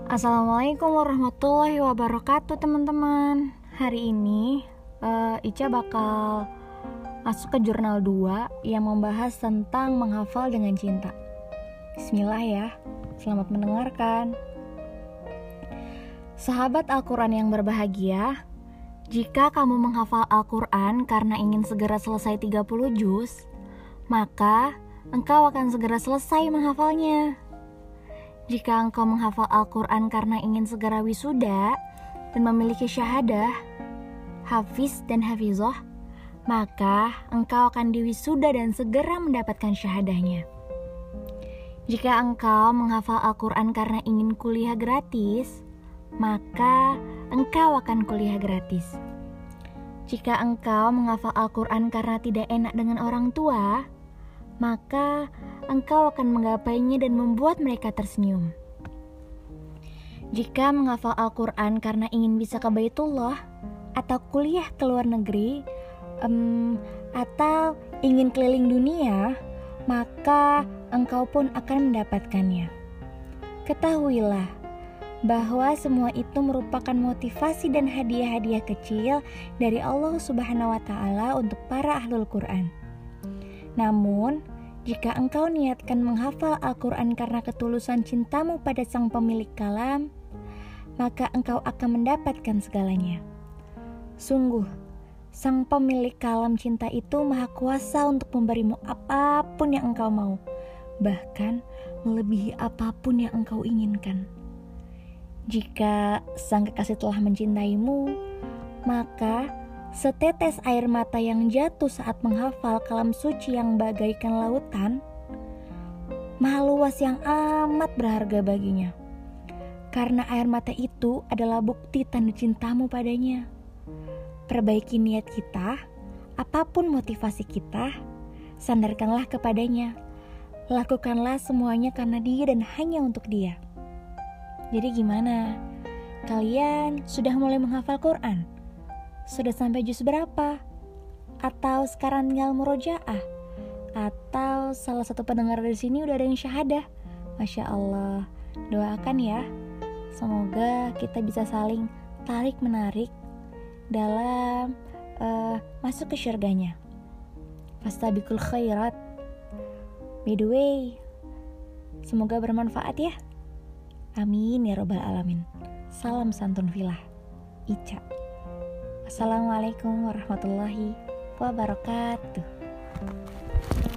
Assalamualaikum warahmatullahi wabarakatuh teman-teman. Hari ini Ica bakal masuk ke jurnal 2 yang membahas tentang menghafal dengan cinta. Bismillah ya, selamat mendengarkan. Sahabat Al-Quran yang berbahagia, jika kamu menghafal Al-Quran karena ingin segera selesai 30 juz, maka engkau akan segera selesai menghafalnya. Jika engkau menghafal Al-Quran karena ingin segera wisuda dan memiliki syahadah, hafiz dan hafizah, maka engkau akan diwisuda dan segera mendapatkan syahadahnya. Jika engkau menghafal Al-Quran karena ingin kuliah gratis, maka engkau akan kuliah gratis. Jika engkau menghafal Al-Quran karena tidak enak dengan orang tua, maka engkau akan menggapainya dan membuat mereka tersenyum. Jika menghafal Al-Quran karena ingin bisa ke Baitullah, atau kuliah ke luar negeri, atau ingin keliling dunia, maka engkau pun akan mendapatkannya. Ketahuilah bahwa semua itu merupakan motivasi dan hadiah-hadiah kecil dari Allah Subhanahu wa Ta'ala untuk para ahlul Quran. Namun, jika engkau niatkan menghafal Al-Quran karena ketulusan cintamu pada sang pemilik kalam, maka engkau akan mendapatkan segalanya. Sungguh, sang pemilik kalam cinta itu maha kuasa untuk memberimu apapun yang engkau mau, bahkan melebihi apapun yang engkau inginkan. Jika sang kekasih telah mencintaimu, maka setetes air mata yang jatuh saat menghafal kalam suci yang bagaikan lautan, maha luas yang amat berharga baginya. Karena air mata itu adalah bukti tanda cintamu padanya. Perbaiki niat kita, apapun motivasi kita, sandarkanlah kepadanya. Lakukanlah semuanya karena dia dan hanya untuk dia. Jadi gimana? Kalian sudah mulai menghafal Quran? Sudah sampai juz berapa? Atau sekarang tinggal murojaah? Atau salah satu pendengar dari sini udah ada yang syahadah? Masya Allah. Doakan ya, semoga kita bisa saling tarik menarik dalam masuk ke syurganya. Fastabiqul khairat. By the way, semoga bermanfaat ya. Amin ya robbal alamin. Salam santun filah, Ica. Assalamualaikum warahmatullahi wabarakatuh.